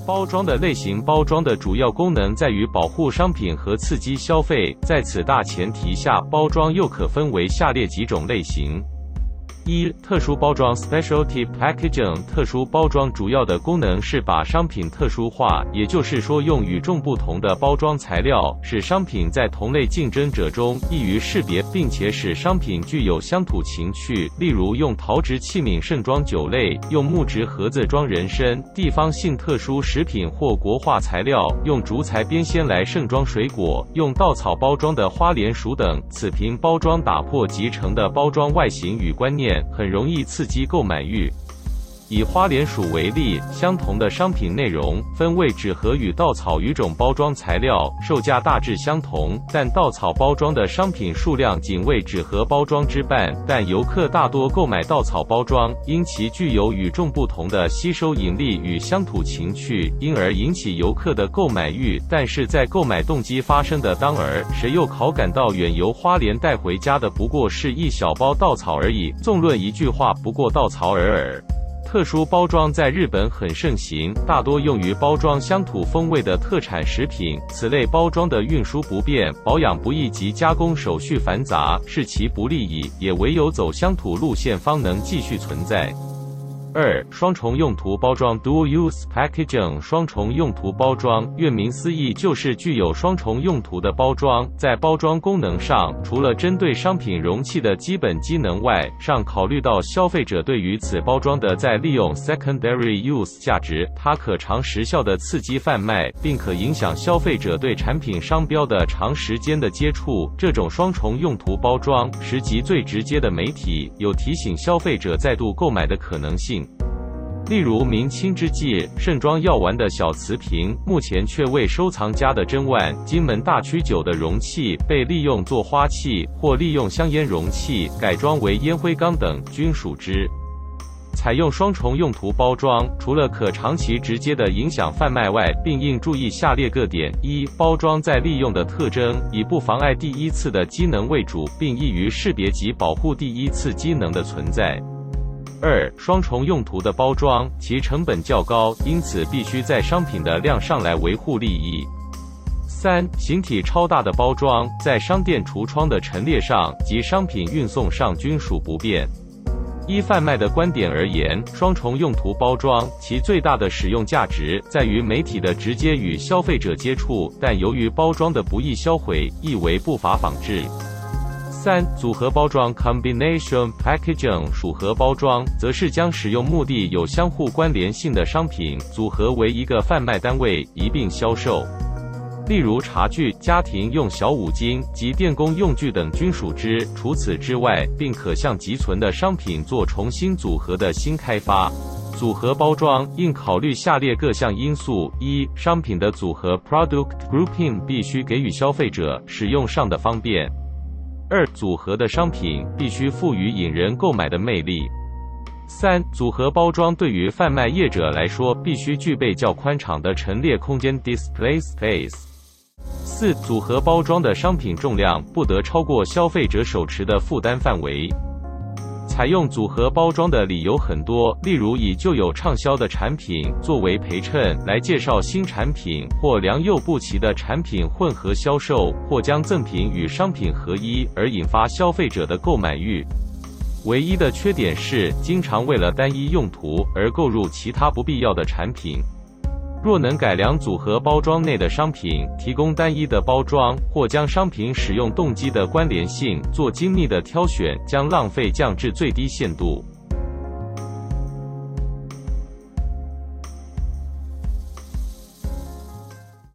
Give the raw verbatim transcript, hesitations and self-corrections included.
包装的类型，包装的主要功能在于保护商品和刺激消费。在此大前提下，包装又可分为下列几种类型。一、特殊包装 （Specialty Packaging）。特殊包装主要的功能是把商品特殊化，也就是说，用与众不同的包装材料，使商品在同类竞争者中易于识别，并且使商品具有乡土情趣。例如，用陶质器皿盛装酒类，用木质盒子装人参、地方性特殊食品或国画材料，用竹材边纤来盛装水果，用稻草包装的花莲薯等。此瓶包装打破集成的包装外形与观念，很容易刺激购买欲。以花莲薯为例，相同的商品内容、分为纸盒与稻草鱼种包装材料，售价大致相同，但稻草包装的商品数量仅为纸盒包装之半，但游客大多购买稻草包装，因其具有与众不同的吸收引力与乡土情趣，因而引起游客的购买欲。但是在购买动机发生的当儿，谁又考感到远由花莲带回家的不过是一小包稻草而已？纵论一句话，不过稻草尔尔。特殊包装在日本很盛行，大多用于包装乡土风味的特产食品。此类包装的运输不便、保养不易及加工手续繁杂，是其不利矣，也唯有走乡土路线方能继续存在。二、双重用途包装 （Dual Use Packaging）。双重用途包装，顾名思义就是具有双重用途的包装。在包装功能上，除了针对商品容器的基本机能外，尚考虑到消费者对于此包装的再利用 （Secondary Use） 价值，它可长时效的刺激贩卖，并可影响消费者对产品商标的长时间的接触。这种双重用途包装实际最直接的媒体，有提醒消费者再度购买的可能性。例如明清之际，盛装药丸的小瓷瓶，目前却为收藏家的珍玩；金门大曲酒的容器被利用作花器，或利用香烟容器改装为烟灰缸等，均属之。采用双重用途包装，除了可长期直接的影响贩卖外，并应注意下列各点：一、包装在利用的特征，以不妨碍第一次的机能为主，并易于识别及保护第一次机能的存在。二、双重用途的包装，其成本较高，因此必须在商品的量上来维护利益。三、形体超大的包装，在商店橱窗的陈列上及商品运送上均属不便。依贩卖的观点而言，双重用途包装其最大的使用价值在于媒体的直接与消费者接触，但由于包装的不易销毁，亦为不法仿制。三、组合包装 （Combination Packaging）。组合包装则是将使用目的有相互关联性的商品组合为一个贩卖单位，一并销售。例如茶具、家庭用小五金及电工用具等均属之。除此之外，并可向集存的商品做重新组合的新开发。组合包装应考虑下列各项因素：一、商品的组合 （Product Grouping） 必须给予消费者使用上的方便。二、组合的商品必须赋予引人购买的魅力。三、组合包装对于贩卖业者来说，必须具备较宽敞的陈列空间 （Display Space）。四、组合包装的商品重量不得超过消费者手持的负担范围。采用组合包装的理由很多，例如以旧有畅销的产品作为陪衬来介绍新产品，或良莠不齐的产品混合销售，或将赠品与商品合一，而引发消费者的购买欲。唯一的缺点是，经常为了单一用途而购入其他不必要的产品。若能改良组合包装内的商品，提供单一的包装，或将商品使用动机的关联性做精密的挑选，将浪费降至最低限度。